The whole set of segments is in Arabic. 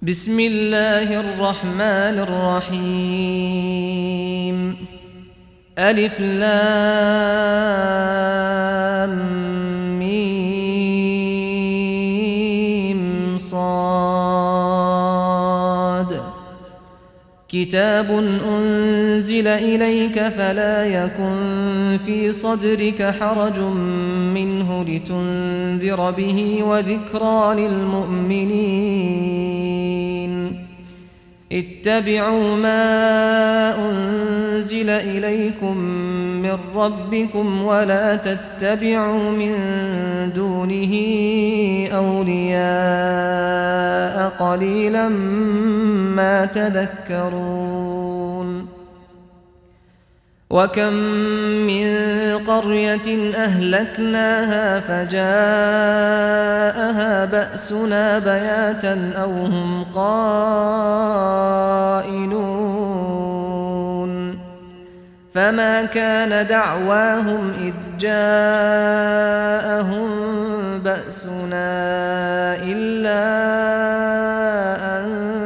بسم الله الرحمن الرحيم. ألف لام ميم صاد. كتاب أنزل إليك فلا يكن في صدرك حرج منه لتنذر به وذكرى للمؤمنين. اتبعوا ما أنزل إليكم من ربكم ولا تتبعوا من دونه أولياء قليلا ما تذكرون. وكم من قرية أهلكناها فجاءها بأسنا بياتا أو هم قائلون. فما كان دعواهم إذ جاءهم بأسنا إلا أن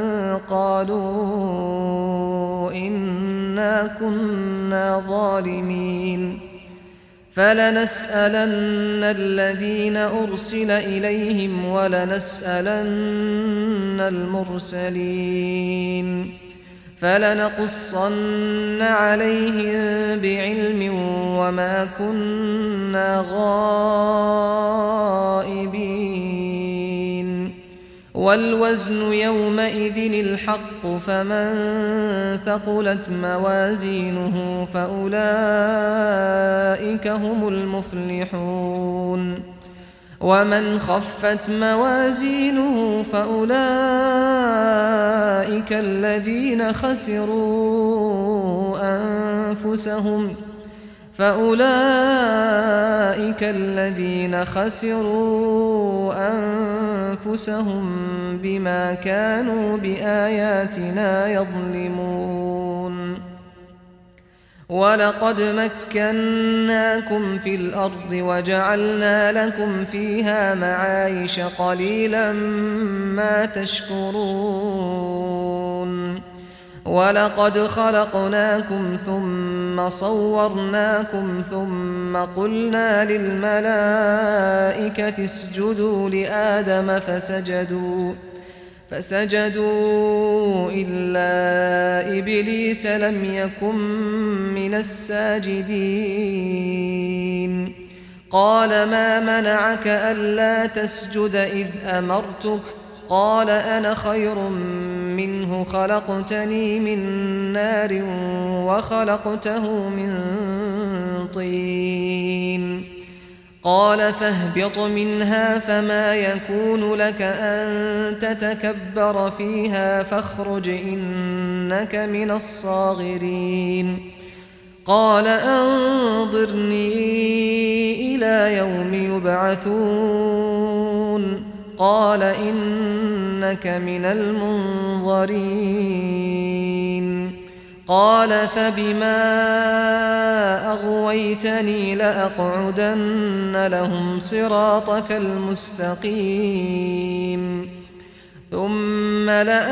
قالوا إنا كنا ظالمين. فلنسألن الذين أرسل إليهم ولنسألن المرسلين. فلنقصن عليهم بعلم وما كنا غائبين. والوزن يومئذ الحق فمن ثقلت موازينه فأولئك هم المفلحون. ومن خفت موازينه فأولئك الذين خسروا أنفسهم بما كانوا بآياتنا يظلمون. ولقد مكناكم في الأرض وجعلنا لكم فيها معايش قليلا ما تشكرون. ولقد خلقناكم ثم صورناكم ثم قلنا للملائكة اسجدوا لآدم فسجدوا إلا إبليس لم يكن من الساجدين. قال ما منعك ألا تسجد إذ أمرتك؟ قال أنا خير منه خلقتني من نار وخلقته من طين. قال فاهبط منها فما يكون لك أن تتكبر فيها فاخرج إنك من الصاغرين. قال أنظرني إلى يوم يبعثون. قال إنك من المنظرين. قال فبما أغويتني لأقعدن لهم صراطك المستقيم ثم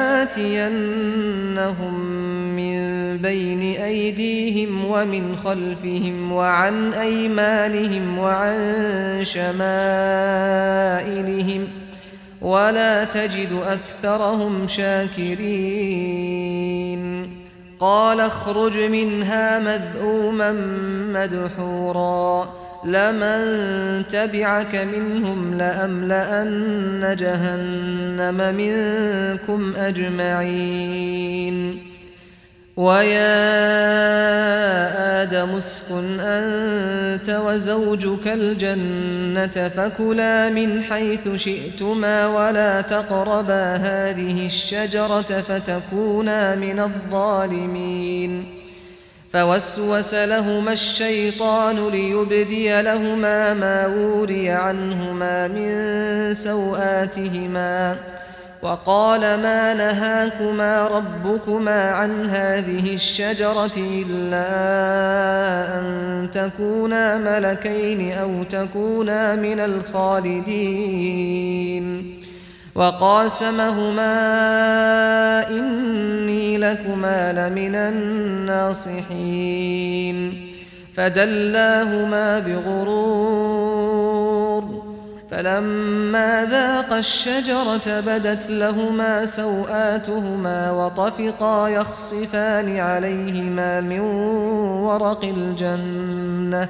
لآتينهم من بين أيديهم ومن خلفهم وعن أيمانهم وعن شمائلهم ولا تجد أكثرهم شاكرين. قال اخرج منها مذءوما مدحورا لمن تبعك منهم لأملأن جهنم منكم أجمعين. ويا آدم اسكن أنت وزوجك الجنة فكلا من حيث شئتما ولا تقربا هذه الشجرة فتكونا من الظالمين. فوسوس لهما الشيطان ليبدي لهما ما وري عنهما من سوآتهما وقال ما نهاكما ربكما عن هذه الشجرة إلا أن تكونا ملكين أو تكونا من الخالدين. وقاسمهما إني لكما لمن الناصحين فدلاهما بغرور فلما ذاقا الشجرة بدت لهما سوآتهما وطفقا يخصفان عليهما من ورق الجنة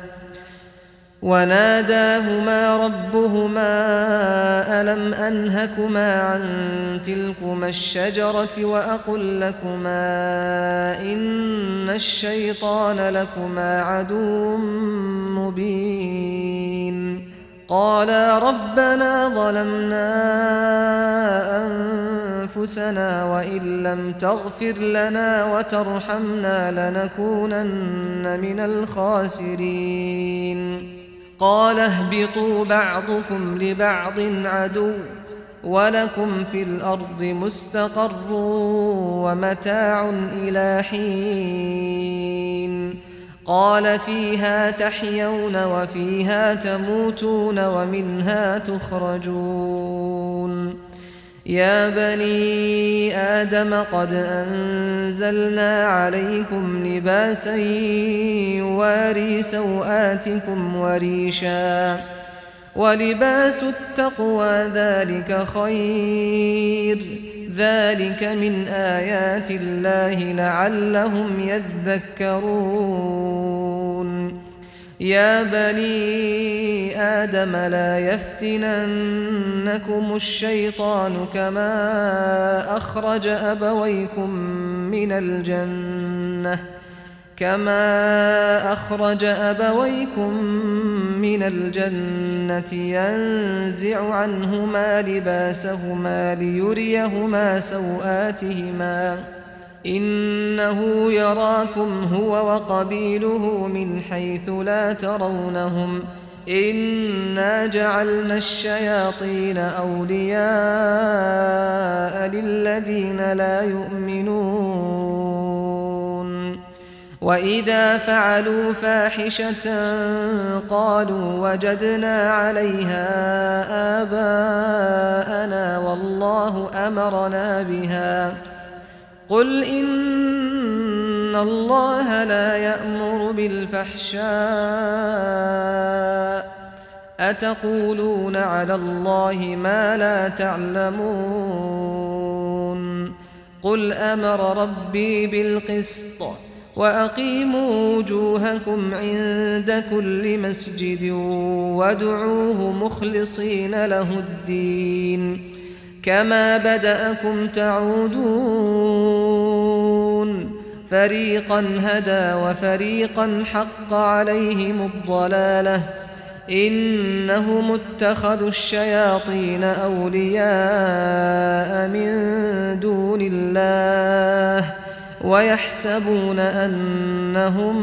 وناداهما ربهما ألم أنهكما عن تلكما الشجرة وأقل لكما إن الشيطان لكما عدو مبين قالا ربنا ظلمنا أنفسنا وإن لم تغفر لنا وترحمنا لنكونن من الخاسرين قال اهبطوا بعضكم لبعض عدو ولكم في الأرض مستقر ومتاع إلى حين قال فيها تحيون وفيها تموتون ومنها تخرجون يا بني آدم قد أنزلنا عليكم لباسا يواري سوآتكم وريشا ولباس التقوى ذلك خير ذلك من آيات الله لعلهم يذكرون يا بني آدم لا يفتننكم الشيطان كما أخرج أبويكم من الجنة ينزع عنهما لباسهما ليريهما سوآتهما إنه يراكم هو وقبيله من حيث لا ترونهم إنا جعلنا الشياطين أولياء للذين لا يؤمنون وإذا فعلوا فاحشة قالوا وجدنا عليها آباءنا والله أمرنا بها قل إن الله لا يأمر بالفحشاء أتقولون على الله ما لا تعلمون قل أمر ربي بالقسط وأقيموا وجوهكم عند كل مسجد وادعوه مخلصين له الدين كما بدأكم تعودون فريقا هدى وفريقا حق عليهم الضلالة إنهم اتخذوا الشياطين أولياء من دون الله ويحسبون أنهم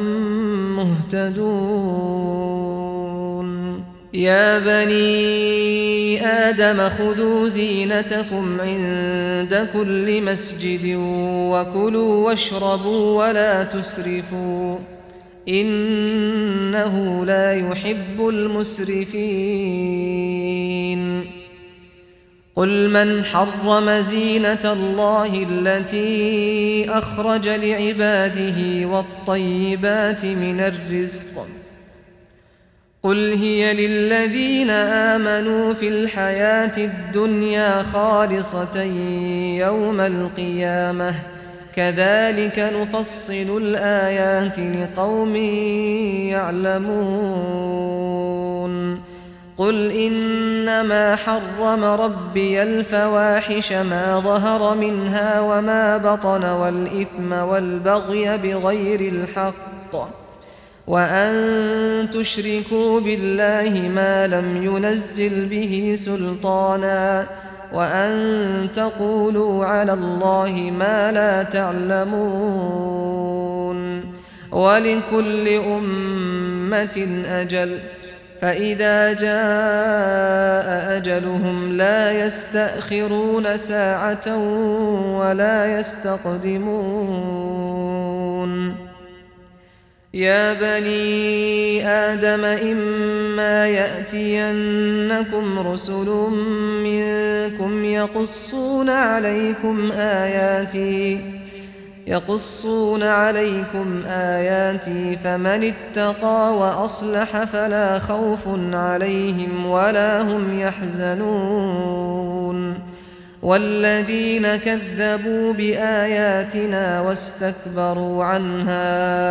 مهتدون يا بني آدم خذوا زينتكم عند كل مسجد وكلوا واشربوا ولا تسرفوا إنه لا يحب المسرفين قل من حرم زينة الله التي أخرج لعباده والطيبات من الرزق قل هي للذين آمنوا في الحياة الدنيا خالصة يوم القيامة كذلك نفصل الآيات لقوم يعلمون قل إنما حرم ربي الفواحش ما ظهر منها وما بطن والإثم والبغي بغير الحق وأن تشركوا بالله ما لم ينزل به سلطانا وأن تقولوا على الله ما لا تعلمون ولكل أمة أجل فإذا جاء أجلهم لا يستأخرون ساعة ولا يستقدمون يا بني آدم إما يأتينكم رسل منكم يقصون عليكم آياتي فمن اتقى وأصلح فلا خوف عليهم ولا هم يحزنون والذين كذبوا بآياتنا واستكبروا عنها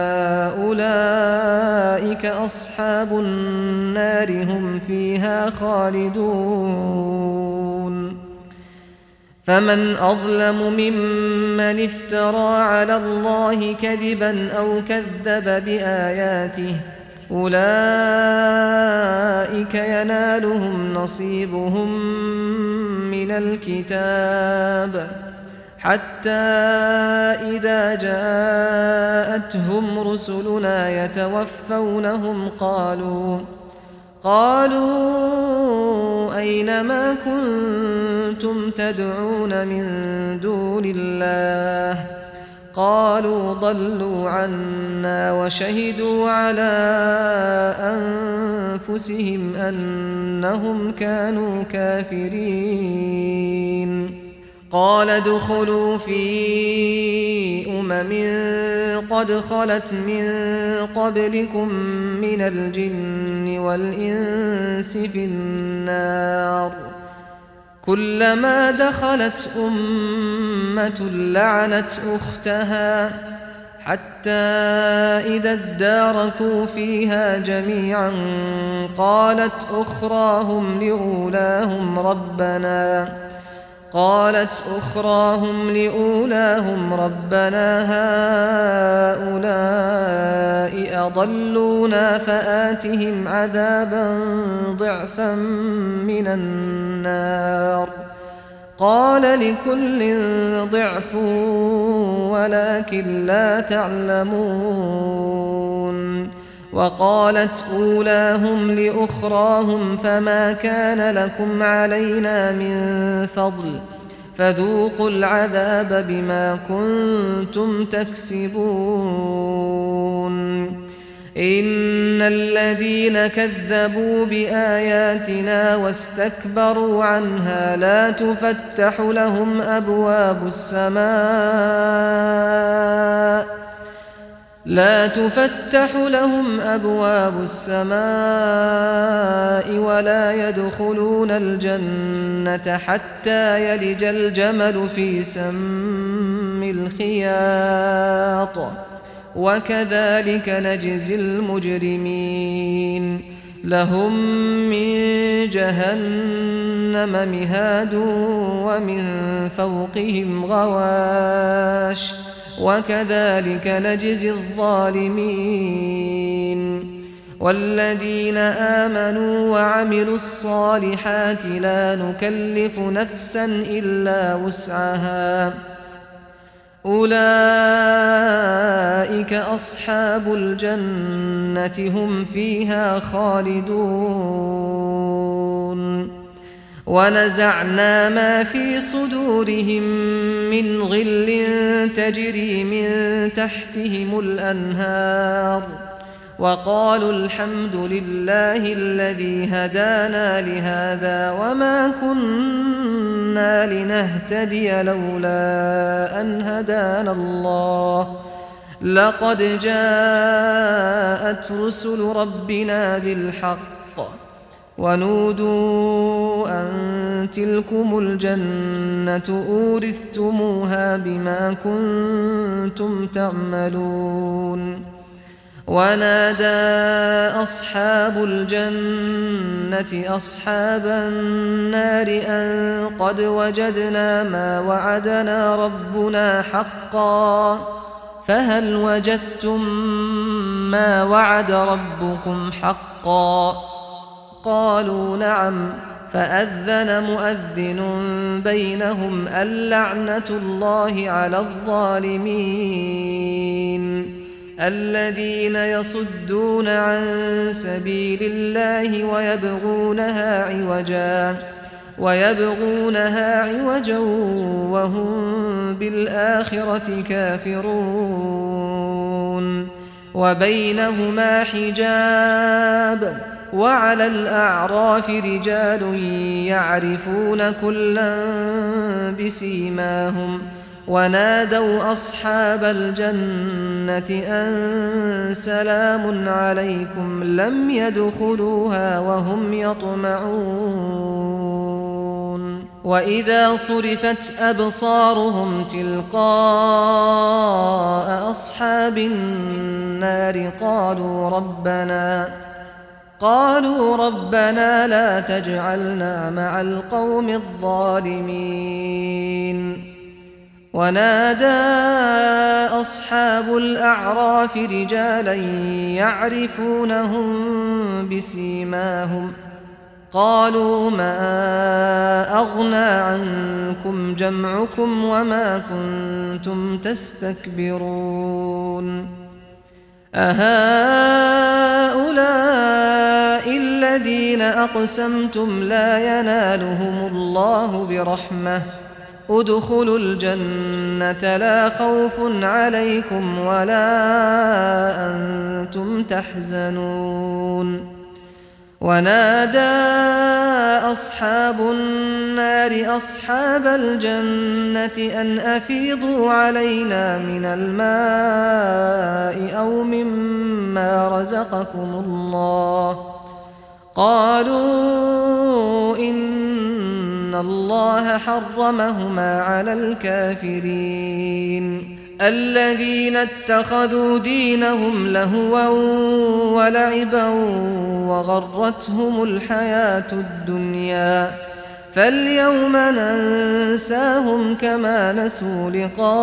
أولئك أصحاب النار هم فيها خالدون فمن أظلم ممن افترى على الله كذبا أو كذب بآياته أولئك ينالهم نصيبهم من الكتاب حتى إذا جاءتهم رسلنا يتوفونهم قالوا أين ما كنتم تدعون من دون الله قالوا ضلوا عنا وشهدوا على أنفسهم أنهم كانوا كافرين قال ادخلوا في قد خلت من قبلكم من الجن والإنس في النار كلما دخلت أمة لعنت أختها حتى إذا اداركوا فيها جميعا قالت أخراهم لأولاهم ربنا هؤلاء أضلونا فآتهم عذابا ضعفا من النار قال لكل ضعف ولكن لا تعلمون وقالت أولاهم لأخراهم فما كان لكم علينا من فضل فذوقوا العذاب بما كنتم تكسبون إن الذين كذبوا بآياتنا واستكبروا عنها لا تفتح لهم أبواب السماء ولا يدخلون الجنة حتى يلج الجمل في سم الخياط وكذلك نجزي المجرمين لهم من جهنم مهاد ومن فوقهم غواش وكذلك نجزي الظالمين والذين آمنوا وعملوا الصالحات لا نكلف نفسا إلا وسعها أولئك أصحاب الجنة هم فيها خالدون ونزعنا ما في صدورهم من غل تجري من تحتهم الأنهار وقالوا الحمد لله الذي هدانا لهذا وما كنا لنهتدي لولا أن هدانا الله لقد جاءت رسل ربنا بالحق ونودوا أن تلكم الجنة أورثتموها بما كنتم تعملون ونادى أصحاب الجنة أصحاب النار أن قد وجدنا ما وعدنا ربنا حقا فهل وجدتم ما وعد ربكم حقا قالوا نعم فأذن مؤذن بينهم اللعنة الله على الظالمين الذين يصدون عن سبيل الله ويبغونها عوجا وهم بالآخرة كافرون وبينهما حجاب وعلى الأعراف رجال يعرفون كلا بسيماهم ونادوا أصحاب الجنة أن سلام عليكم لم يدخلوها وهم يطمعون وإذا صرفت أبصارهم تلقاء أصحاب النار قالوا ربنا لا تجعلنا مع القوم الظالمين ونادى أصحاب الأعراف رجالا يعرفونهم بسيماهم قالوا ما أغنى عنكم جمعكم وما كنتم تستكبرون أهؤلاء الذين أقسمتم لا ينالهم الله برحمة ادخلوا الجنة لا خوف عليكم ولا أنتم تحزنون ونادى أصحاب النار أصحاب الجنة أن أفيضوا علينا من الماء أو مما رزقكم الله قالوا إن الله حرمهما على الكافرين الذين اتخذوا دينهم لهوا ولعبا وغرتهم الحياة الدنيا فاليوم ننساهم كما نسوا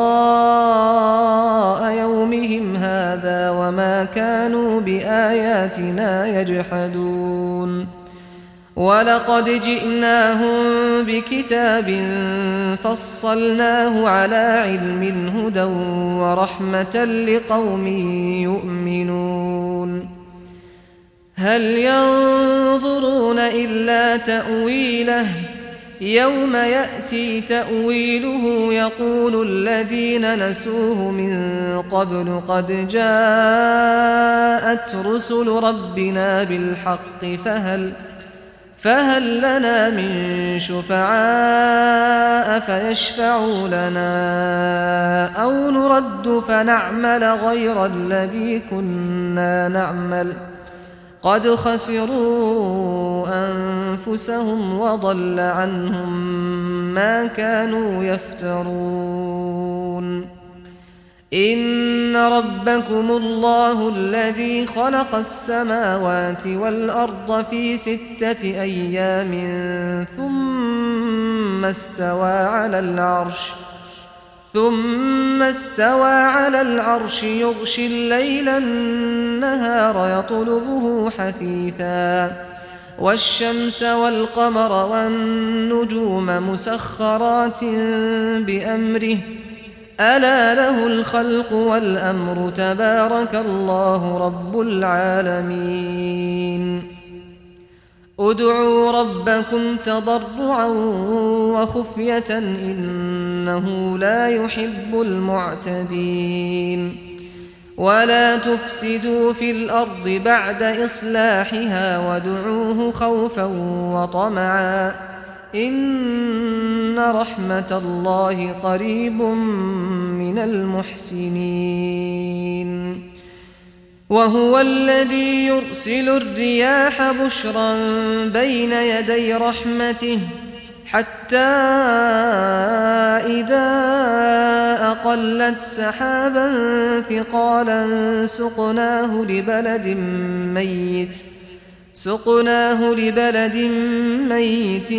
لقاء يومهم هذا وما كانوا بآياتنا يجحدون ولقد جئناهم بكتاب فصلناه على علم هدى ورحمة لقوم يؤمنون هل ينظرون إلا تأويله يوم يأتي تأويله يقول الذين نسوه من قبل قد جاءت رسل ربنا بالحق فهل لنا من شفعاء فيشفعوا لنا أو نرد فنعمل غير الذي كنا نعمل قد خسروا أنفسهم وضل عنهم ما كانوا يفترون إن ربكم الله الذي خلق السماوات والأرض في 6 أيام ثم استوى على العرش يغشي الليل النهار يطلبه حثيثا والشمس والقمر والنجوم مسخرات بأمره ألا له الخلق والأمر تبارك الله رب العالمين ادعوا ربكم تضرعا وخفية إنه لا يحب المعتدين ولا تفسدوا في الأرض بعد إصلاحها وادعوه خوفا وطمعا إن رحمة الله قريب من المحسنين وهو الذي يرسل الرياح بشرا بين يدي رحمته حتى إذا أقلت سحابا ثقالا سقناه لبلد ميت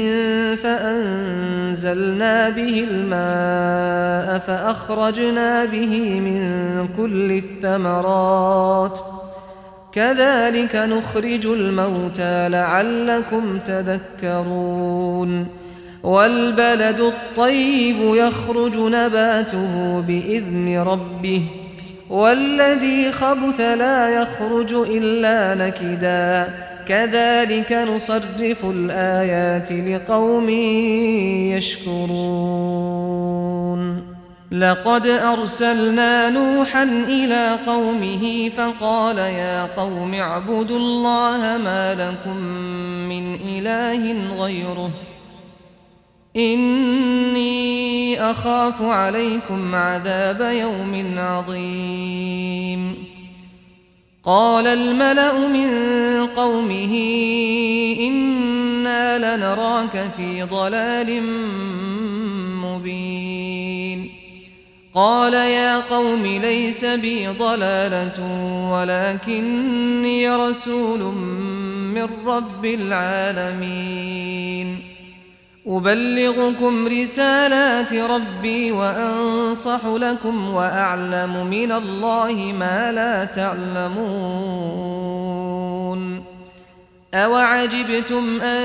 فأنزلنا به الماء فأخرجنا به من كل الثمرات كذلك نخرج الموتى لعلكم تذكرون والبلد الطيب يخرج نباته بإذن ربه والذي خبث لا يخرج إلا نكدا كذلك نصرف الآيات لقوم يشكرون لقد أرسلنا نوحا إلى قومه فقال يا قوم اعبدوا الله ما لكم من إله غيره إني أخاف عليكم عذاب يوم عظيم. قال الملأ من قومه إنا لنراك في ضلال مبين. قال يا قوم ليس بي ضلالة ولكني رسول من رب العالمين أبلغكم رسالات ربي وأنصح لكم وأعلم من الله ما لا تعلمون. أوعجبتم أن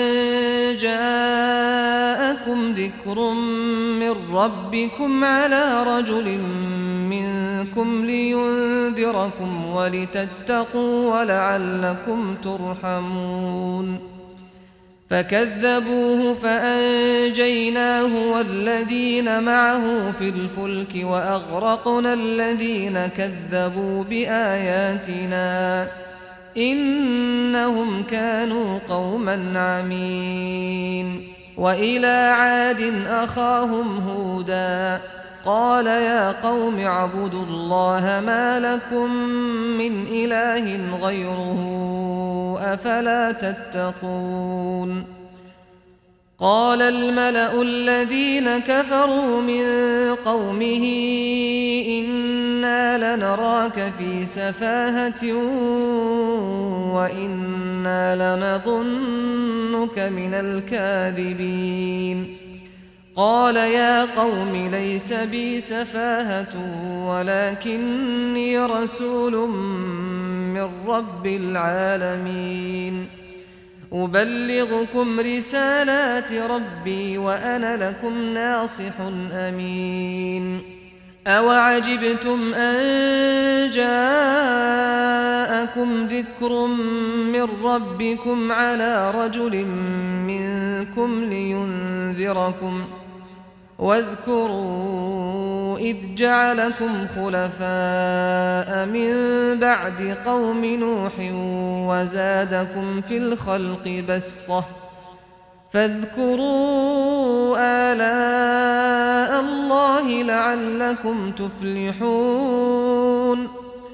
جاءكم ذكر من ربكم على رجل منكم لينذركم ولتتقوا ولعلكم ترحمون. فكذبوه فأنجيناه والذين معه في الفلك وأغرقنا الذين كذبوا بآياتنا إنهم كانوا قوما عمين. وإلى عاد أخاهم هودا قال يا قوم اعبدوا الله ما لكم من إله غيره أفلا تتقون. قال الملأ الذين كفروا من قومه إنا لنراك في سفاهة وإنا لنظنك من الكاذبين. قال يا قوم ليس بي سفاهة ولكني رسول من رب العالمين أبلغكم رسالات ربي وأنا لكم ناصح أمين. أوعجبتم أن جاءكم ذكر من ربكم على رجل منكم لينذركم واذكروا إذ جعلكم خلفاء من بعد قوم نوح وزادكم في الخلق بسطة فاذكروا آلاء الله لعلكم تفلحون.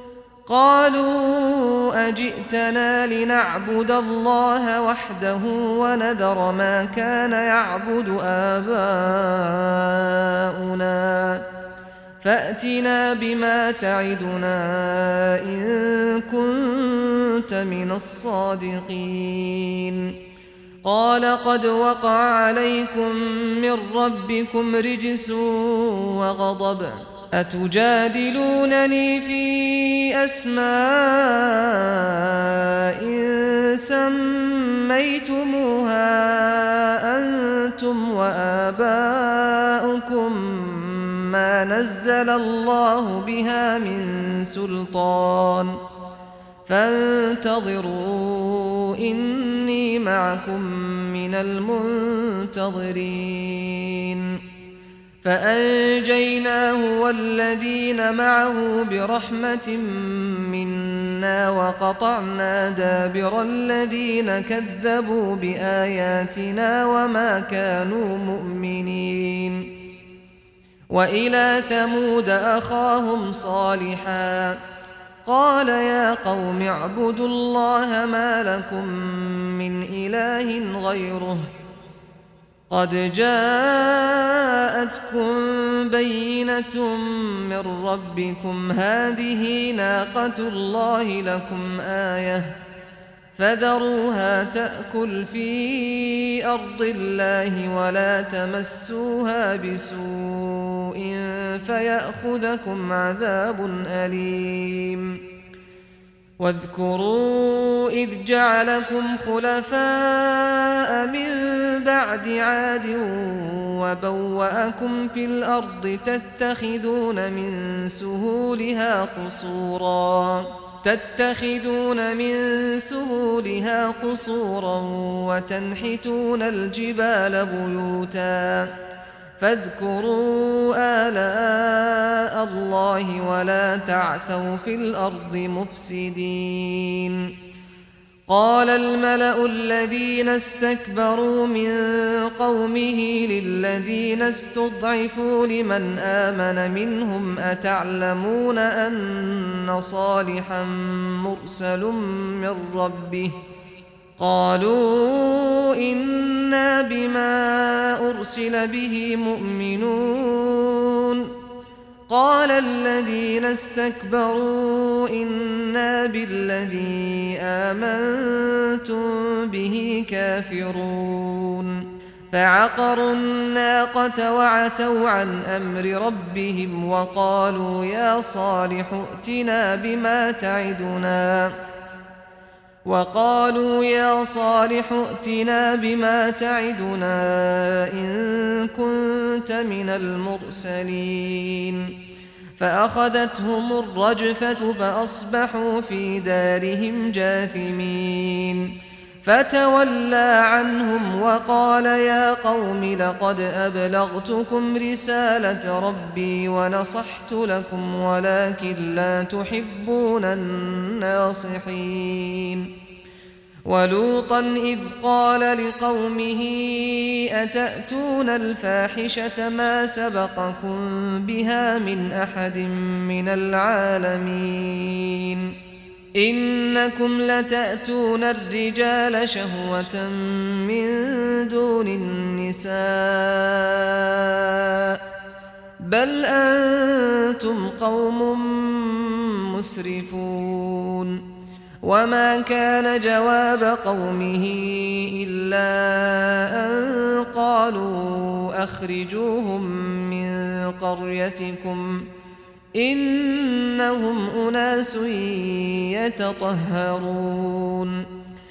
قالوا أجئتنا لنعبد الله وحده ونذر ما كان يعبد آباؤنا فأتنا بما تعدنا إن كنت من الصادقين. قال قد وقع عليكم من ربكم رجس وغضب أتجادلونني في أسماء سميتموها أنتم وآباؤكم ما نزل الله بها من سلطان فانتظروا إني معكم من المنتظرين. فأنجيناه والذين معه برحمة منا وقطعنا دابر الذين كذبوا بآياتنا وما كانوا مؤمنين. وإلى ثمود أخاهم صالحا قال يا قوم اعبدوا الله ما لكم من إله غيره قد جاءتكم بينة من ربكم هذه ناقة الله لكم آية فذروها تأكل في أرض الله ولا تمسوها بسوء فيأخذكم عذاب أليم. واذكروا إذ جعلكم خلفاء من بعد عاد وبوأكم في الأرض تتخذون من سهولها قصورا وتنحتون الجبال بيوتا فاذكروا آلاء الله ولا تعثوا في الأرض مفسدين. قال الملأ الذين استكبروا من قومه للذين استضعفوا لمن آمن منهم أتعلمون أن صالحا مرسل من ربه؟ قالوا إنا بما أرسل به مؤمنون. قال الذين استكبروا إنا بالذي آمنتم به كافرون. فعقروا الناقة وعتوا عن أمر ربهم وقالوا يا صالح ائتنا بما تعدنا إن كنت من المرسلين. فأخذتهم الرجفة فأصبحوا في دارهم جاثمين. فتولى عنهم وقال يا قوم لقد أبلغتكم رسالة ربي ونصحت لكم ولكن لا تحبون الناصحين. ولوطا إذ قال لقومه أتأتون الفاحشة ما سبقكم بها من أحد من العالمين إنكم لتأتون الرجال شهوة من دون النساء بل أنتم قوم مسرفون. وما كان جواب قومه إلا أن قالوا أخرجوهم من قريتكم إنهم أناس يتطهرون.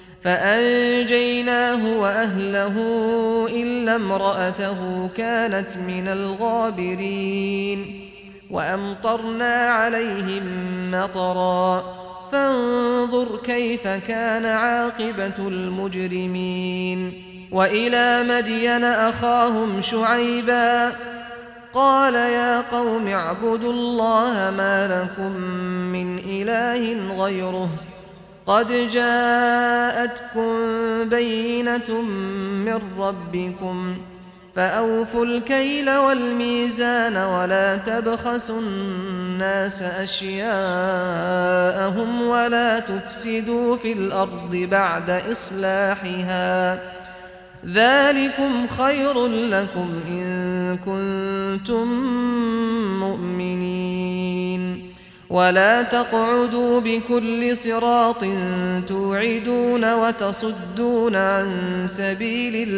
فأنجيناه وأهله إلا امرأته كانت من الغابرين. وأمطرنا عليهم مطرا فانظر كيف كان عاقبة المجرمين. وإلى مدين أخاهم شعيبا قال يا قوم اعبدوا الله ما لكم من إله غيره قد جاءتكم بينة من ربكم فأوفوا الكيل والميزان ولا تبخسوا الناس أشياءهم ولا تفسدوا في الأرض بعد إصلاحها ذلكم خير لكم إن كنتم مؤمنين. ولا تقعدوا بكل صراط توعدون وتصدون عن سبيل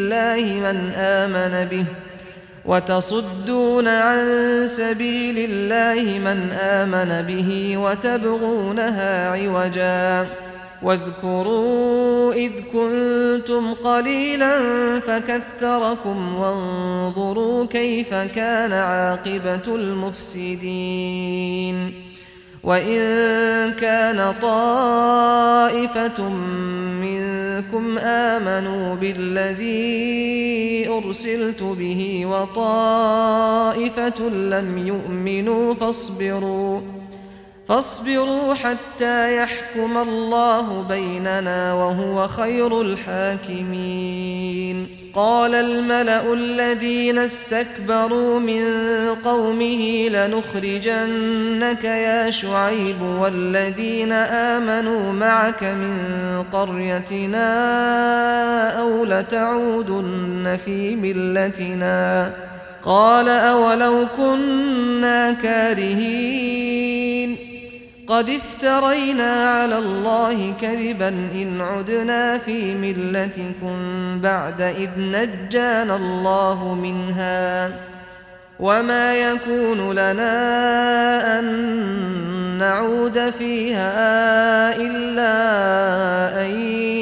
الله من آمن به وتبغونها عوجا. واذكروا إذ كنتم قليلا فكثركم وانظروا كيف كان عاقبة المفسدين. وإن كان طائفة منكم آمنوا بالذي أرسلت به وطائفة لم يؤمنوا فاصبروا حتى يحكم الله بيننا وهو خير الحاكمين. قال الملأ الذين استكبروا من قومه لنخرجنك يا شعيب والذين آمنوا معك من قريتنا أو لتعودن في ملتنا. قال أولو كنا كارهين قد افترينا على الله كذبا إن عدنا في ملتكم بعد إذ نجانا الله منها وما يكون لنا أن نعود فيها إلا أن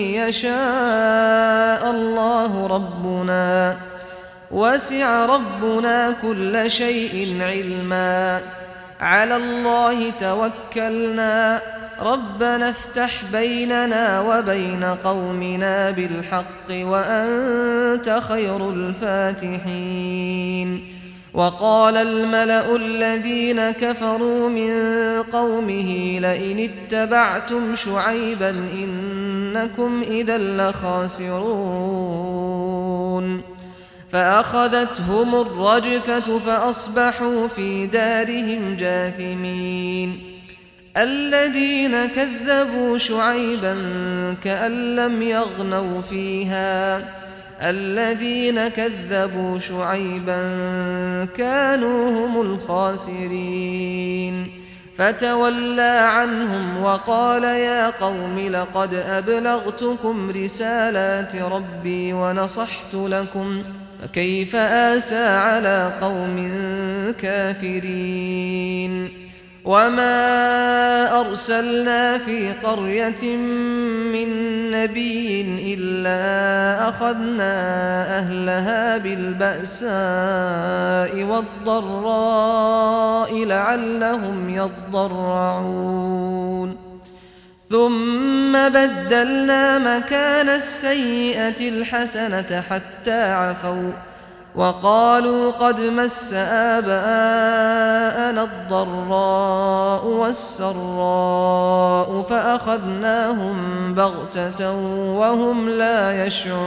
يشاء الله ربنا وسع ربنا كل شيء علما على الله توكلنا ربنا افتح بيننا وبين قومنا بالحق وأنت خير الفاتحين. وقال الملأ الذين كفروا من قومه لئن اتبعتم شعيبا إنكم إذا لخاسرون فأخذتهم الرجفة فأصبحوا في دارهم جاثمين الذين كذبوا شعيبا كأن لم يغنوا فيها الذين كذبوا شعيبا كانوا هم الخاسرين فتولى عنهم وقال يا قوم لقد أبلغتكم رسالات ربي ونصحت لكم فكيف آسى على قوم كافرين وما أرسلنا في قرية من نبي إلا أخذنا أهلها بالبأساء والضراء لعلهم يضرعون ثم بدلنا مكان السيئة الحسنة حتى عفوا وقالوا قد مس آباءنا الضراء والسراء فأخذناهم بغتة وهم لا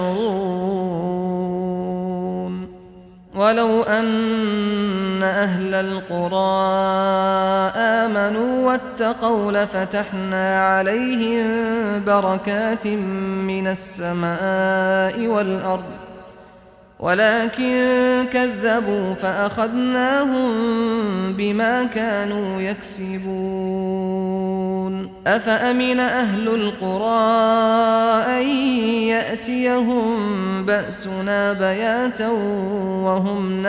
يشعرون ولو أن أهل القرى آمنوا واتقوا لفتحنا عليهم بركات من السماء والأرض ولكن كذبوا فأخذناهم بما كانوا يكسبون أفأمن أهل القرى أن يأتيهم بأسنا بياتا وهم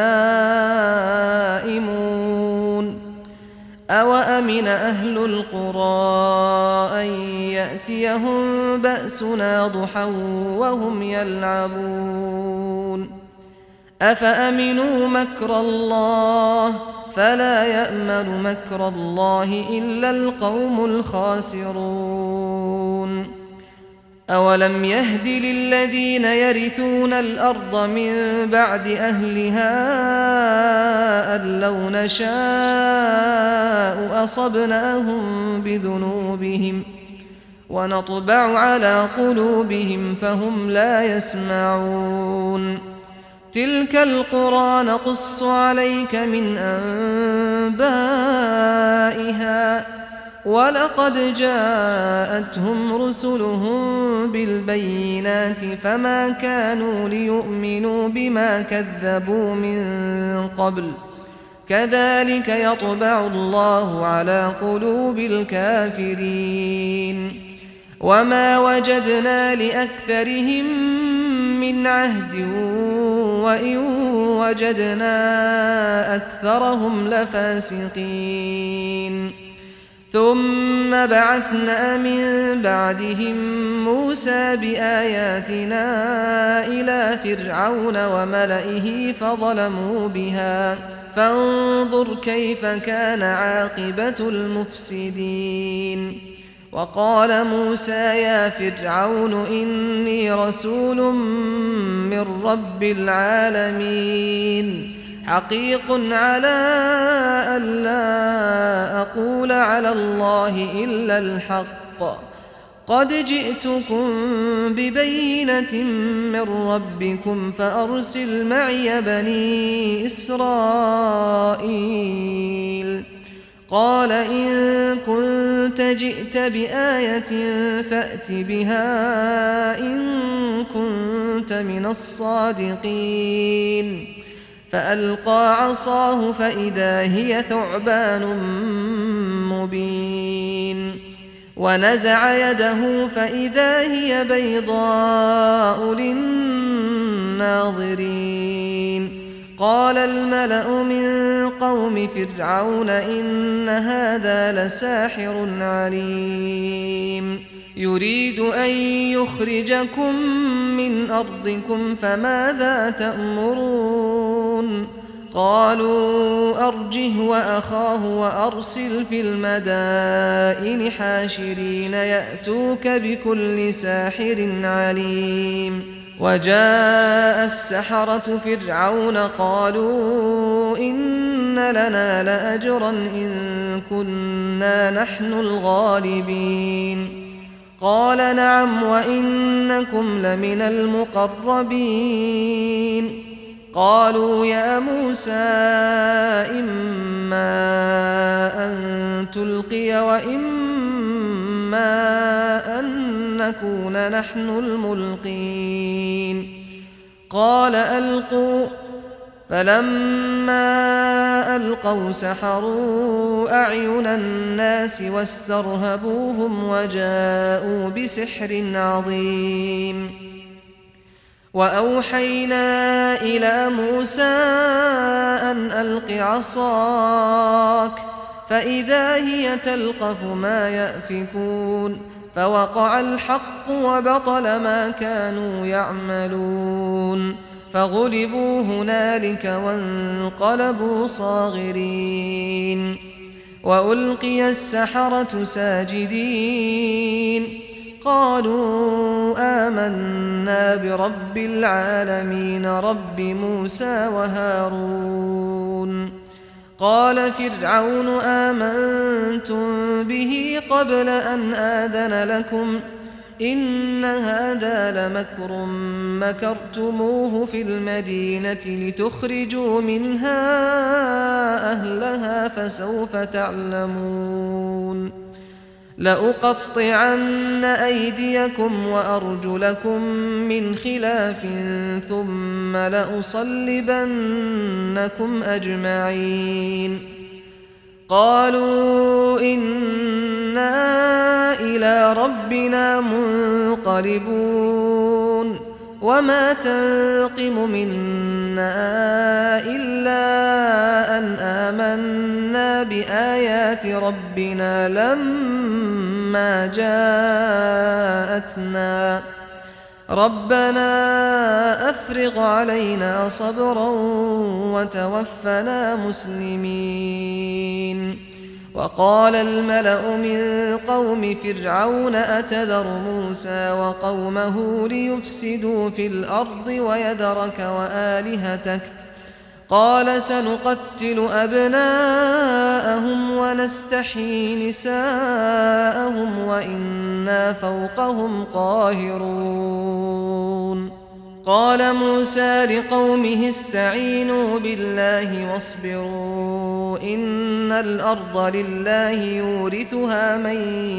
نائمون أوأمن أهل القرى أن يأتيهم بأسنا ضحى وهم يلعبون أفأمنوا مكر الله فلا يأمن مكر الله إلا القوم الخاسرون أولم يهد للذين يرثون الأرض من بعد أهلها أن لو نشاء أصبناهم بذنوبهم ونطبع على قلوبهم فهم لا يسمعون تلك القرى نقص عليك من أنبائها ولقد جاءتهم رسلهم بالبينات فما كانوا ليؤمنوا بما كذبوا من قبل كذلك يطبع الله على قلوب الكافرين وما وجدنا لأكثرهم من عهد وإن وجدنا أكثرهم لفاسقين ثم بعثنا من بعدهم موسى بآياتنا إلى فرعون وملئه فظلموا بها فانظر كيف كان عاقبة المفسدين وقال موسى يا فرعون إني رسول من رب العالمين حقيق على أن لا أقول على الله إلا الحق قد جئتكم ببينة من ربكم فأرسل معي بني إسرائيل قال إن كنت جئت بآية فأت بها إن كنت من الصادقين فألقى عصاه فإذا هي ثعبان مبين ونزع يده فإذا هي بيضاء للناظرين قال الملأ من قوم فرعون إن هذا لساحر عليم يريد أن يخرجكم من أرضكم فماذا تأمرون قالوا أرجه وأخاه وأرسل في المدائن حاشرين يأتوك بكل ساحر عليم وجاء السحرة فرعون قالوا إن لنا لأجرا إن كنا نحن الغالبين قال نعم وإنكم لمن المقربين قالوا يا موسى إما أن تلقي وإما أن نكون نحن الملقين قال ألقوا فلما ألقوا سحروا أعين الناس واسترهبوهم وجاءوا بسحر عظيم وأوحينا إلى موسى أن ألق عصاك فإذا هي تلقف ما يأفكون فوقع الحق وبطل ما كانوا يعملون فغلبوا هنالك وانقلبوا صاغرين وألقي السحرة ساجدين قالوا آمنا برب العالمين رب موسى وهارون قال فرعون آمنتم به قبل أن آذن لكم إن هذا لمكر مكرتموه في المدينة لتخرجوا منها أهلها فسوف تعلمون لأقطعن أيديكم وأرجلكم من خلاف ثم لأصلبنكم أجمعين قالوا إنا إلى ربنا منقلبون وما تنقم منا إلا أن آمنا بآيات ربنا لما جاءتنا ربنا أفرغ علينا صبرا وتوفنا مسلمين وقال الملأ من قوم فرعون أتذر موسى وقومه ليفسدوا في الأرض ويذرك وآلهتك قال سنقتل أبناءهم ونستحيي نساءهم وإنا فوقهم قاهرون قال موسى لقومه استعينوا بالله واصبروا إن الأرض لله يورثها من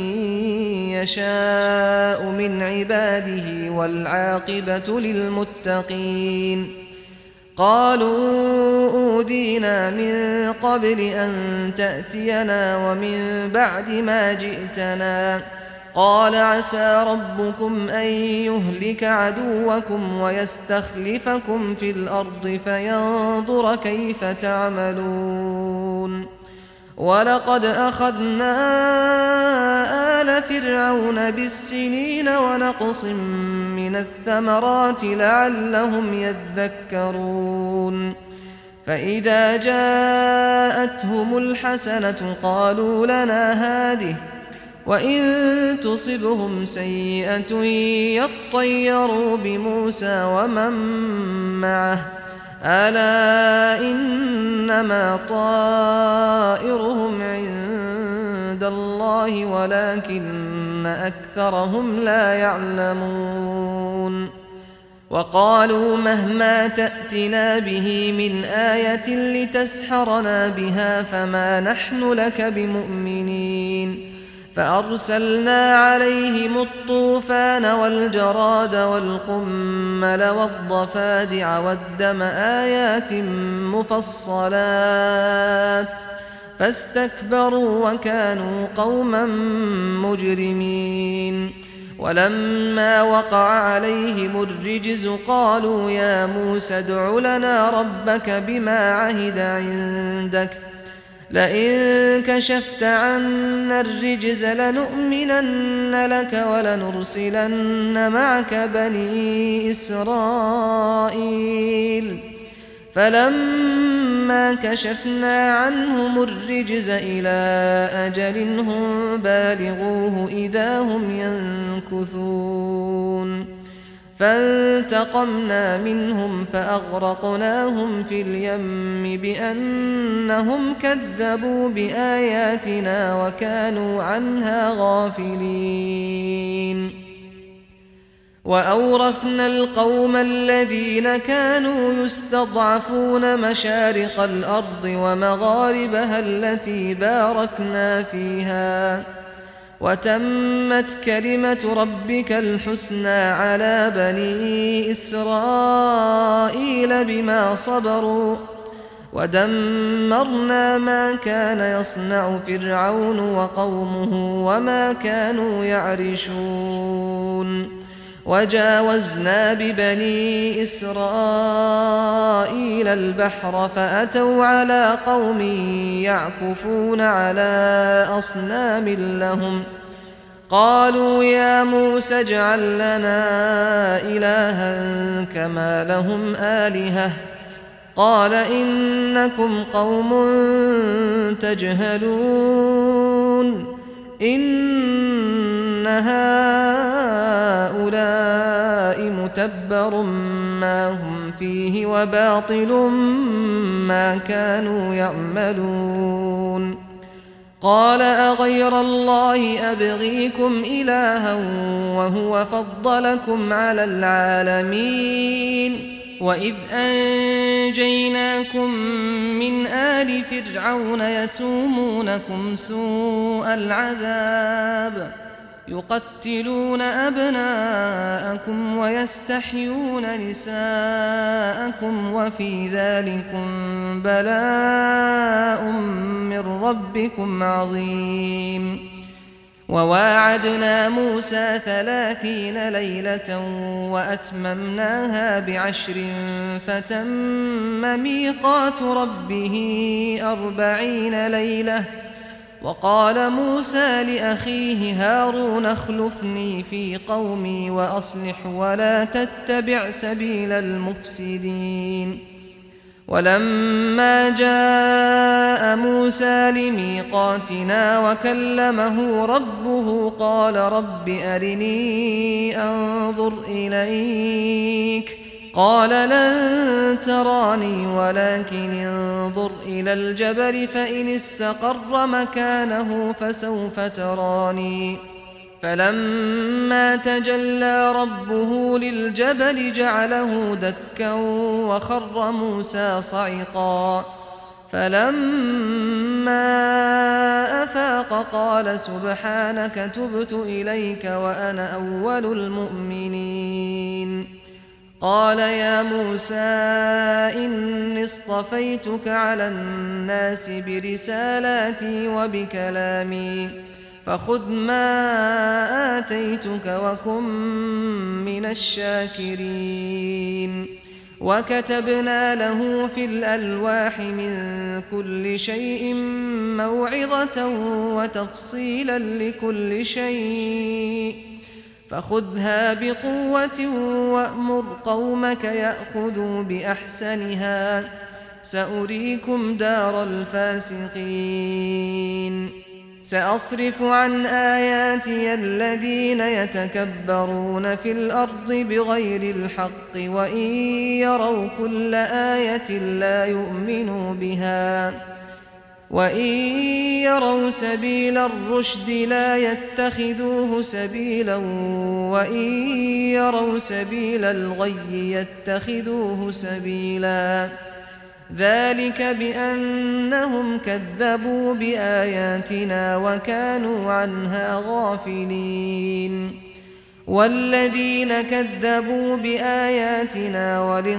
يشاء من عباده والعاقبة للمتقين قالوا أوذينا من قبل أن تأتينا ومن بعد ما جئتنا قال عسى ربكم أن يهلك عدوكم ويستخلفكم في الأرض فينظر كيف تعملون ولقد أخذنا آل فرعون بالسنين ونقص من الثمرات لعلهم يذكرون فإذا جاءتهم الحسنة قالوا لنا هذه وإن تصبهم سيئة يطيروا بموسى ومن معه ألا إنما طائرهم عند الله ولكن أكثرهم لا يعلمون وقالوا مهما تأتنا به من آية لتسحرنا بها فما نحن لك بمؤمنين فأرسلنا عليهم الطوفان والجراد والقمل والضفادع والدم آيات مفصلات فاستكبروا وكانوا قوما مجرمين ولما وقع عليهم الرجز قالوا يا موسى ادع لنا ربك بما عهد عندك لئن كشفت عنا الرجز لنؤمنن لك ولنرسلن معك بني إسرائيل فلما كشفنا عنهم الرجز إلى أجل هم بالغوه إذا هم ينكثون فانتقمنا منهم فأغرقناهم في اليم بأنهم كذبوا بآياتنا وكانوا عنها غافلين. وأورثنا القوم الذين كانوا يستضعفون مشارق الأرض ومغاربها التي باركنا فيها، وتمت كلمة ربك الحسنى على بني إسرائيل بما صبروا، ودمرنا ما كان يصنع فرعون وقومه وما كانوا يعرشون. وجاوزنا ببني إسرائيل البحر فأتوا على قوم يعكفون على أصنام لهم، قالوا يا موسى اجعل لنا إلها كما لهم آلهة، قال إنكم قوم تجهلون، إن هؤلاء متبر ما هم فيه وباطل ما كانوا يعملون. قال أغير الله أبغيكم إلها وهو فضلكم على العالمين، وإذ أنجيناكم من آل فرعون يسومونكم سوء العذاب يقتلون أبناءكم ويستحيون نساءكم وفي ذلكم بلاء من ربكم عظيم. وواعدنا موسى 30 ليلة وأتممناها ب10 فتم ميقات ربه 40 ليلة. وقال موسى لأخيه هارون اخلفني في قومي وأصلح ولا تتبع سبيل المفسدين. ولما جاء موسى لميقاتنا وكلمه ربه قال رب أرني أنظر إليك، قال لن تراني ولكن انظر إلى الجبل فإن استقر مكانه فسوف تراني. فلما تجلى ربه للجبل جعله دكا وخر موسى صعقا، فلما أفاق قال سبحانك تبت إليك وأنا أول المؤمنين. قال يا موسى إني اصطفيتك على الناس برسالاتي وبكلامي فخذ ما آتيتك وكن من الشاكرين. وكتبنا له في الألواح من كل شيء موعظة وتفصيلا لكل شيء فخذها بقوة وأمر قومك يأخذوا بأحسنها سأريكم دار الفاسقين. سأصرف عن آياتي الذين يتكبرون في الأرض بغير الحق وإن يروا كل آية لا يؤمنوا بها وإن يروا سبيل الرشد لا يتخذوه سبيلا وإن يروا سبيل الغي يتخذوه سبيلا ذلك بأنهم كذبوا بآياتنا وكانوا عنها غافلين. والذين كذبوا بآياتنا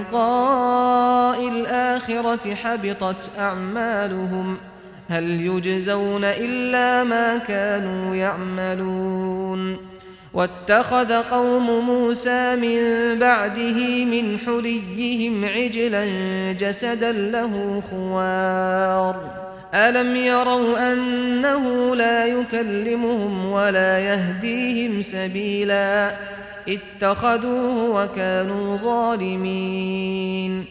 ولقاء الآخرة حبطت أعمالهم هل يجزون إلا ما كانوا يعملون. واتخذ قوم موسى من بعده من حليهم عجلا جسدا له خوار ألم يروا أنه لا يكلمهم ولا يهديهم سبيلا اتخذوه وكانوا ظالمين.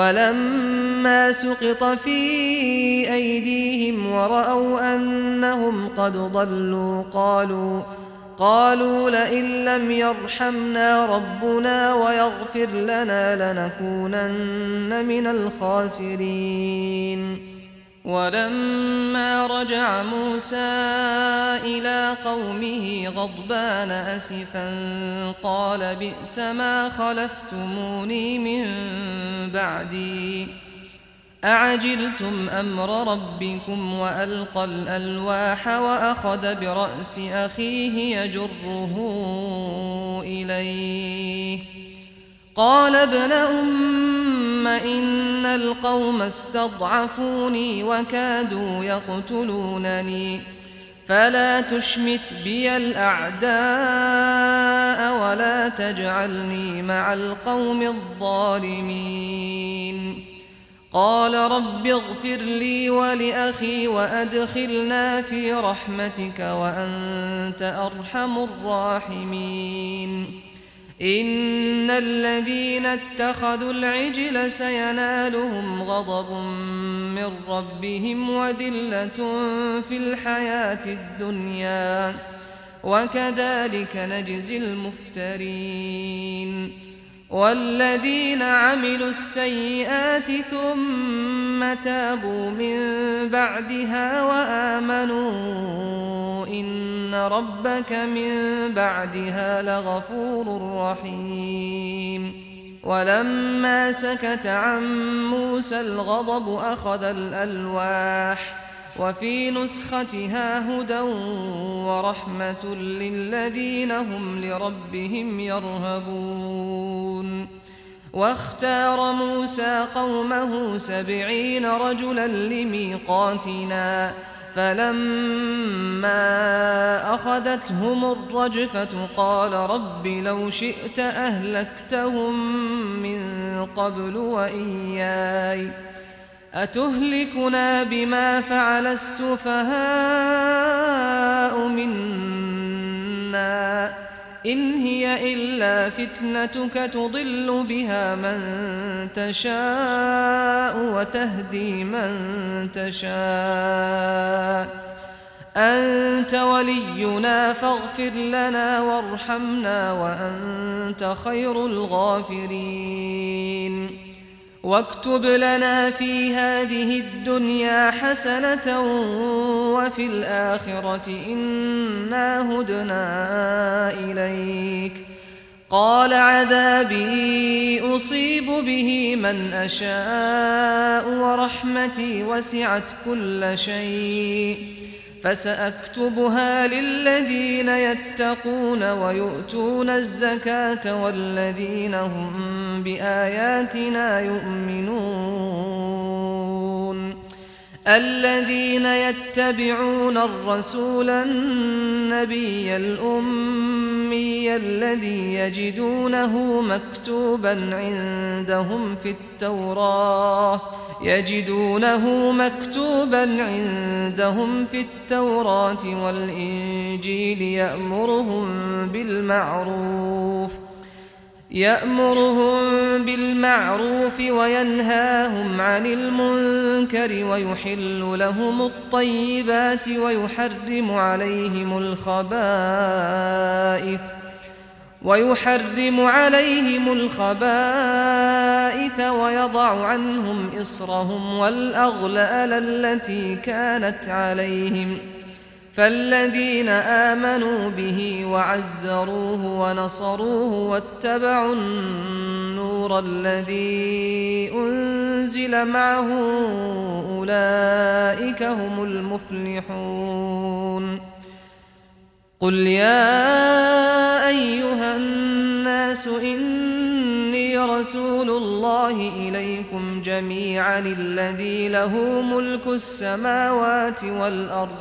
ولما سقط في أيديهم ورأوا أنهم قد ضلوا قالوا لئن لم يرحمنا ربنا ويغفر لنا لنكونن من الخاسرين. ولما رجع موسى إلى قومه غضبان أسفا قال بئس ما خلفتموني من بعدي أعجلتم أمر ربكم وألقى الألواح وأخذ برأس أخيه يجره إليه قال ابن أم إن القوم استضعفوني وكادوا يقتلونني فلا تشمت بي الأعداء ولا تجعلني مع القوم الظالمين. قال رب اغفر لي ولأخي وأدخلنا في رحمتك وأنت أرحم الراحمين. إن الذين اتخذوا العجل سينالهم غضب من ربهم وذلة في الحياة الدنيا وكذلك نجزي المفترين. والذين عملوا السيئات ثم تابوا من بعدها وآمنوا إن ربك من بعدها لغفور رحيم. ولما سكت عن موسى الغضب أخذ الألواح وفي نسختها هدى ورحمة للذين هم لربهم يرهبون. واختار موسى قومه 70 رجلا لميقاتنا فلما أخذتهم الرجفة قال رب لو شئت أهلكتهم من قبل وإياي أتهلكنا بما فعل السفهاء منا إن هي إلا فتنتك تضل بها من تشاء وتهدي من تشاء أنت ولينا فاغفر لنا وارحمنا وأنت خير الغافرين. واكتب لنا في هذه الدنيا حسنة وفي الآخرة إنا هدنا إليك. قال عذابي أصيب به من أشاء ورحمتي وسعت كل شيء فسأكتبها للذين يتقون ويؤتون الزكاة والذين هم بآياتنا يؤمنون. الذين يتبعون الرسول النبي الأمي الذي يجدونه مكتوبا عندهم في التوراة والإنجيل يأمرهم بالمعروف وينهاهم عن المنكر ويحل لهم الطيبات ويحرم عليهم الخبائث ويضع عنهم إصرهم والأغلال التي كانت عليهم. فالذين آمنوا به وعزروه ونصروه واتبعوا النور الذي أنزل معه أولئك هم المفلحون. قل يا أيها الناس إني رسول الله إليكم جميعا الذي له ملك السماوات والأرض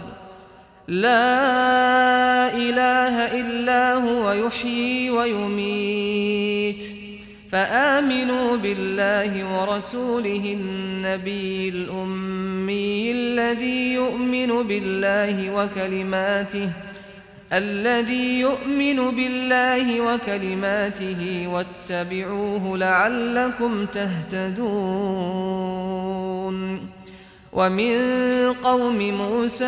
لا إله إلا هو يحيي ويميت فآمنوا بالله ورسوله النبي الأمي الذي يؤمن بالله وكلماته واتبعوه لعلكم تهتدون. ومن قوم موسى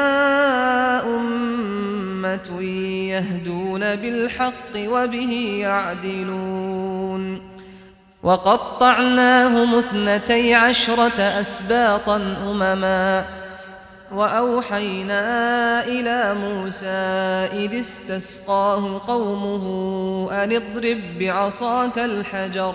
أمة يهدون بالحق وبه يعدلون وقطعناهم 12 أسباطا أمما وأوحينا إلى موسى إذ استسقاه قومه أن اضرب بعصاك الحجر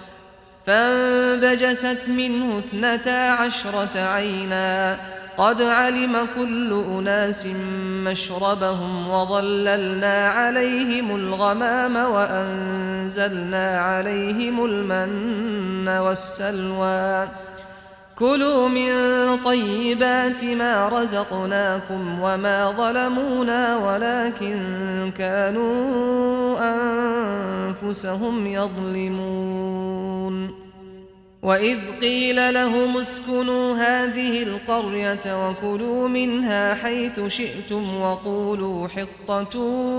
فانبجست منه 12 عينا قد علم كل أناس مشربهم وظللنا عليهم الغمام وأنزلنا عليهم المن والسلوى كلوا من طيبات ما رزقناكم وما ظلمونا ولكن كانوا أنفسهم يظلمون وإذ قيل لهم اسكنوا هذه القرية وكلوا منها حيث شئتم وقولوا حطة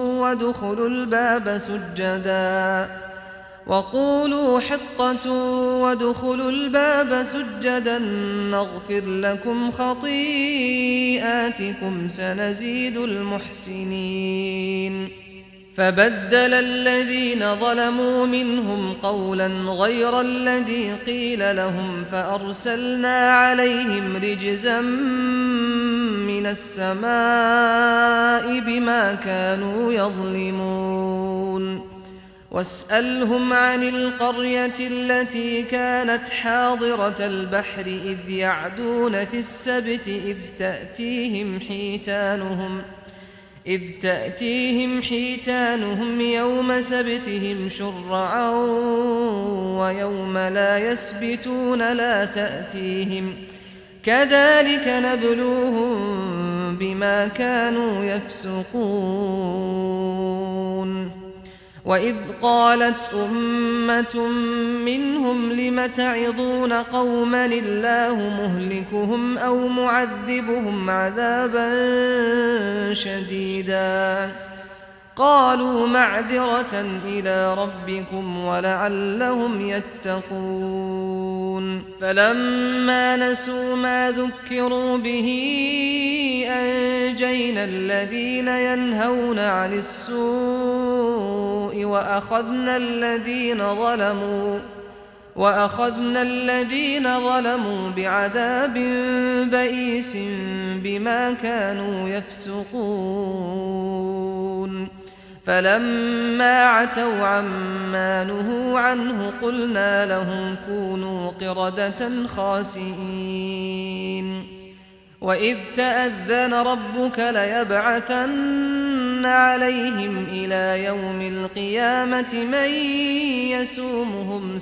وادخلوا الباب سجدا نغفر لكم خطيئاتكم سنزيد المحسنين فبدل الذين ظلموا منهم قولا غير الذي قيل لهم فأرسلنا عليهم رجزا من السماء بما كانوا يظلمون واسألهم عن القرية التي كانت حاضرة البحر إذ يعدون في السبت إذ تأتيهم حيتانهم يوم سبتهم شرعا ويوم لا يسبتون لا تأتيهم كذلك نبلوهم بما كانوا يفسقون وإذ قالت أمة منهم لم تعظون قوما الله مهلكهم أو معذبهم عذابا شديدا قالوا معذرة إلى ربكم ولعلهم يتقون فلما نسوا ما ذكروا به أنجينا الذين ينهون عن السوء وأخذنا الذين ظلموا بعذاب بئيس بما كانوا يفسقون فلما عتوا عما نهوا عنه قلنا لهم كونوا قردة خاسئين وإذ تأذن ربك ليبعثن عليهم إلى يوم القيامة من يسومهم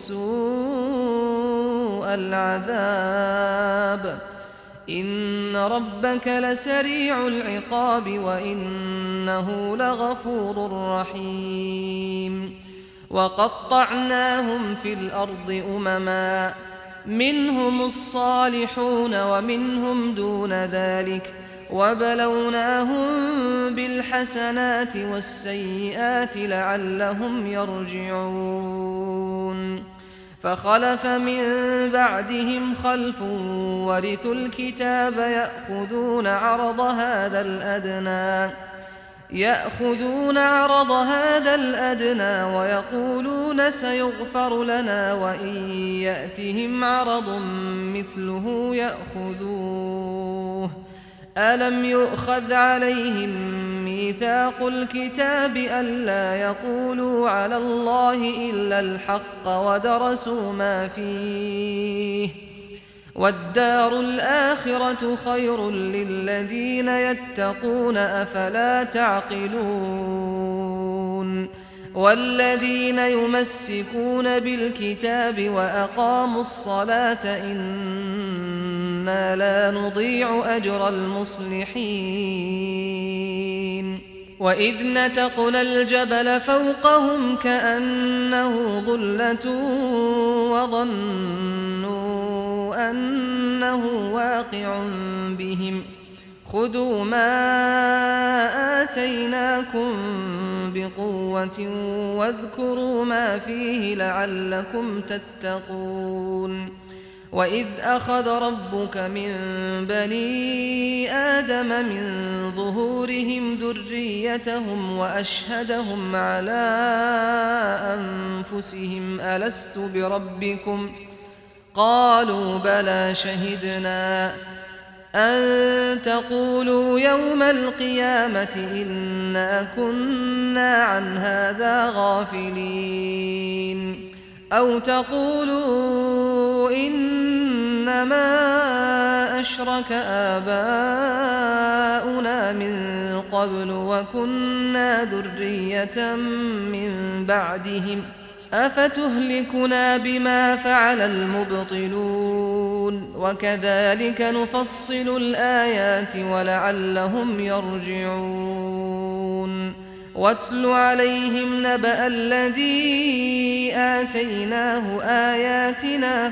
سوء العذاب إن ربك لسريع العقاب وإنه لغفور رحيم وقطعناهم في الأرض أمما منهم الصالحون ومنهم دون ذلك وبلوناهم بالحسنات والسيئات لعلهم يرجعون فخلف من بعدهم خلف ورثوا الكتاب يأخذون عرض هذا الأدنى ويقولون سيغفر لنا وإن يأتهم عرض مثله يأخذوه ألم يؤخذ عليهم ميثاق الكتاب ألا يقولوا على الله إلا الحق ودرسوا ما فيه والدار الآخرة خير للذين يتقون أفلا تعقلون والذين يمسكون بالكتاب وأقاموا الصلاة إنا لا نضيع أجر المصلحين وإذ نتقنا الجبل فوقهم كأنه ظلة وظنوا أنه واقع بهم خذوا ما آتيناكم بقوة واذكروا ما فيه لعلكم تتقون وإذ أخذ ربك من بني آدم من ظهورهم ذريتهم وأشهدهم على أنفسهم ألست بربكم قالوا بلى شهدنا أن تقولوا يوم القيامة إنا كنا عن هذا غافلين أو تقولوا إنما أشرك آباؤنا من قبل وكنا ذرية من بعدهم أفتهلكنا بما فعل المبطلون وكذلك نفصل الآيات ولعلهم يرجعون واتل عليهم نبأ الذي آتيناه آياتنا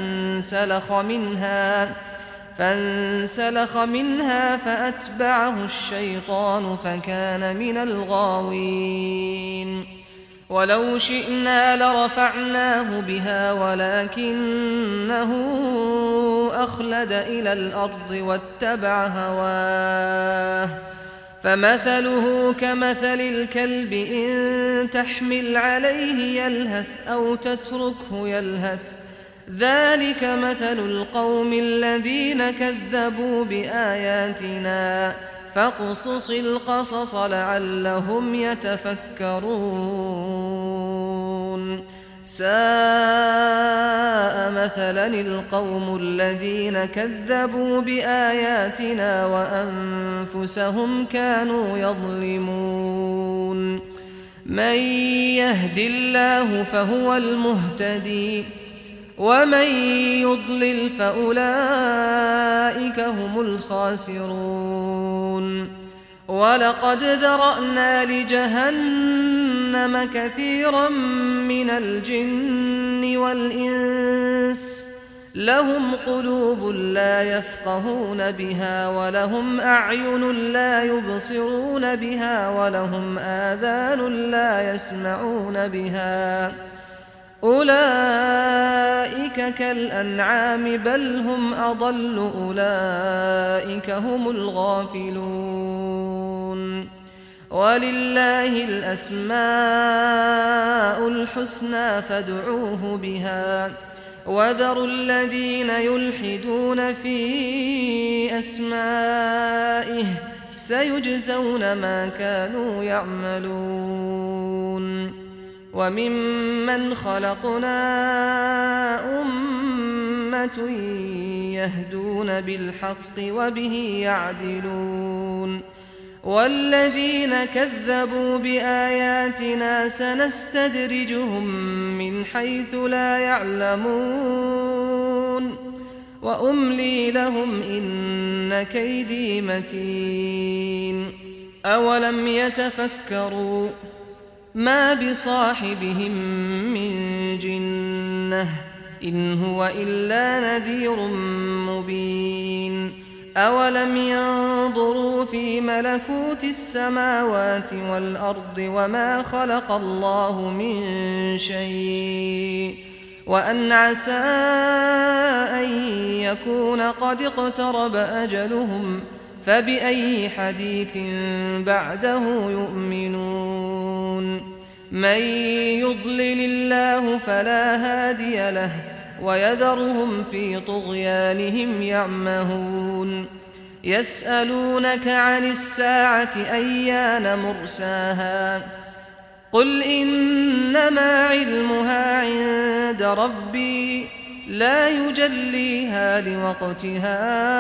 فانسلخ منها فأتبعه الشيطان فكان من الغاوين ولو شئنا لرفعناه بها ولكنه أخلد إلى الأرض واتبع هواه فمثله كمثل الكلب إن تحمل عليه يلهث أو تتركه يلهث ذلك مثل القوم الذين كذبوا بآياتنا فاقصص القصص لعلهم يتفكرون ساء مثلا القوم الذين كذبوا بآياتنا وأنفسهم كانوا يظلمون من يهد الله فهو المهتدي ومن يضلل فأولئك هم الخاسرون ولقد ذرأنا لجهنم كثيرا من الجن والإنس لهم قلوب لا يفقهون بها ولهم أعين لا يبصرون بها ولهم آذان لا يسمعون بها أولئك كالأنعام بل هم أضل أولئك هم الغافلون ولله الأسماء الحسنى فادعوه بها وذروا الذين يلحدون في أسمائه سيجزون ما كانوا يعملون وممن خلقنا أمة يهدون بالحق وبه يعدلون والذين كذبوا بآياتنا سنستدرجهم من حيث لا يعلمون وأملي لهم إن كيدي متين أولم يتفكروا ما بصاحبهم من جنة إن هو إلا نذير مبين أولم ينظروا في ملكوت السماوات والأرض وما خلق الله من شيء وأن عسى أن يكون قد اقترب أجلهم فبأي حديث بعده يؤمنون من يضلل الله فلا هادي له ويذرهم في طغيانهم يعمهون يسألونك عن الساعة أيان مرساها قل إنما علمها عند ربي لا يجليها لوقتها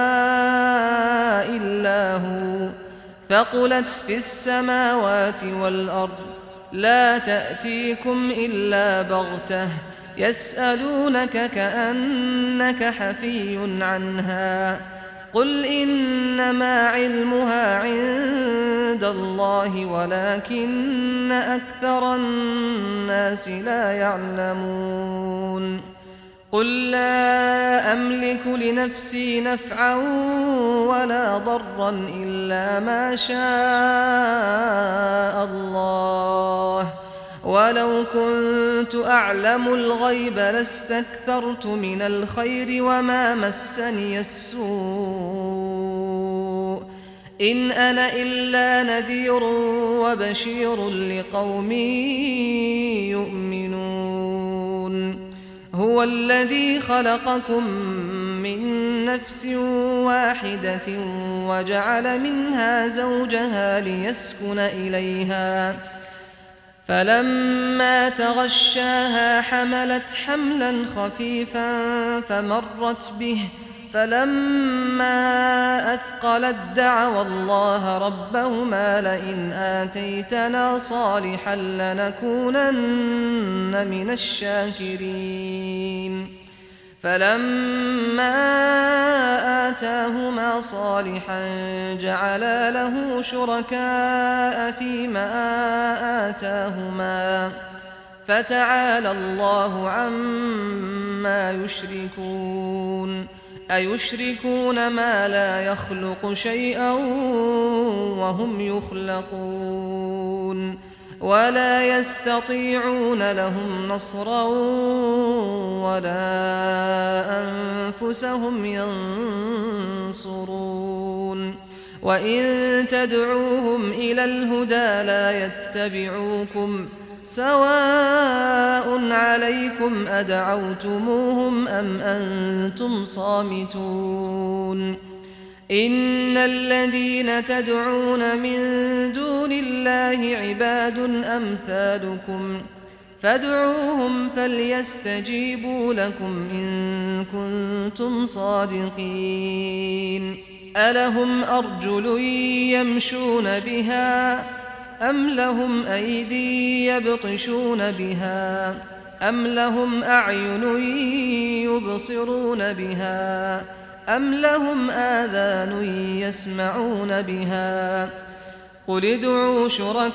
إلا هو ثقلت في السماوات والأرض لا تأتيكم إلا بغتة يسألونك كأنك حفي عنها قل إنما علمها عند الله ولكن أكثر الناس لا يعلمون قل لا أملك لنفسي نفعا ولا ضرا إلا ما شاء الله ولو كنت أعلم الغيب لاستكثرت من الخير وما مسني السوء إن أنا إلا نذير وبشير لقوم يؤمنون هو الذي خلقكم من نفس واحدة وجعل منها زوجها ليسكن إليها فلما تغشاها حملت حملا خفيفا فمرت به فلما أثقلت دعوا الله ربهما لئن آتيتنا صالحا لنكونن من الشاكرين فلما آتاهما صالحا جعلا له شركاء فيما آتاهما فتعالى الله عما يشركون أيشركون ما لا يخلق شيئا وهم يخلقون ولا يستطيعون لهم نصرا ولا أنفسهم ينصرون وإن تدعوهم إلى الهدى لا يتبعوكم سواء عليكم أدعوتموهم أم أنتم صامتون إن الذين تدعون من دون الله عباد أمثالكم فادعوهم فليستجيبوا لكم إن كنتم صادقين ألهم أرجل يمشون بها أم لهم أيدي يبطشون بها أم لهم أعين يبصرون بها أم لهم آذان يسمعون بها قل ادعوا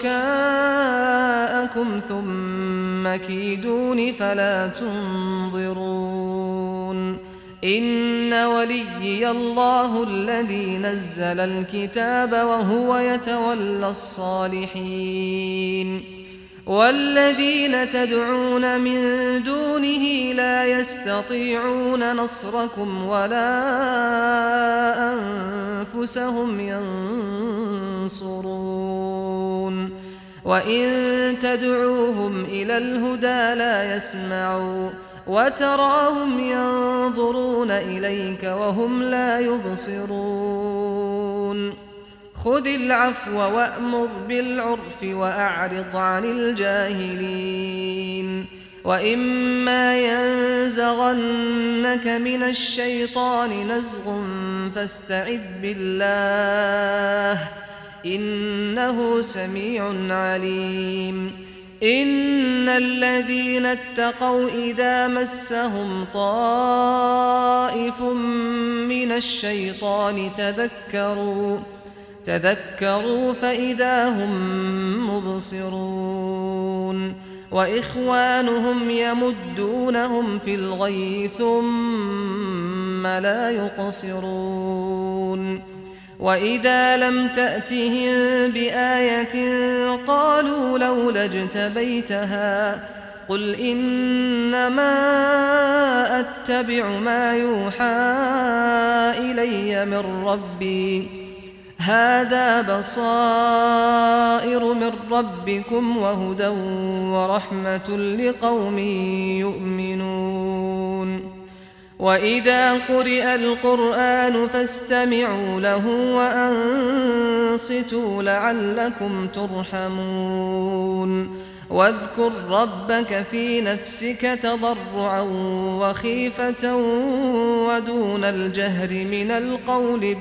شركاءكم ثم كيدون فلا تنظرون إن وليي الله الذي نزل الكتاب وهو يتولى الصالحين والذين تدعون من دونه لا يستطيعون نصركم ولا أنفسهم ينصرون وإن تدعوهم إلى الهدى لا يسمعوا وتراهم ينظرون إليك وهم لا يبصرون خذ العفو وأمر بالعرف وأعرض عن الجاهلين وإما ينزغنك من الشيطان نزغ فاستعذ بالله إنه سميع عليم إن الذين اتقوا إذا مسهم طائف من الشيطان تذكروا فإذا هم مبصرون وإخوانهم يمدونهم في الغي ثم لا يقصرون وإذا لم تأتهم بآية قالوا لولا اجتبيتها قل إنما أتبع ما يوحى إلي من ربي هذا بصائر من ربكم وهدى ورحمة لقوم يؤمنون وإذا قرئ القرآن فاستمعوا له وأنصتوا لعلكم ترحمون واذكر ربك في نفسك تضرعا وخيفة ودون الجهر من القول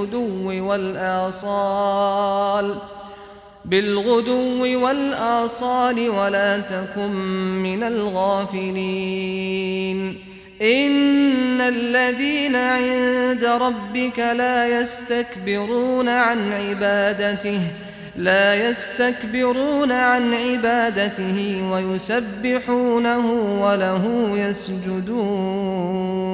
بالغدو والآصال ولا تكن من الغافلين إن الذين عند ربك لا يستكبرون عن عبادته ويسبحونه وله يسجدون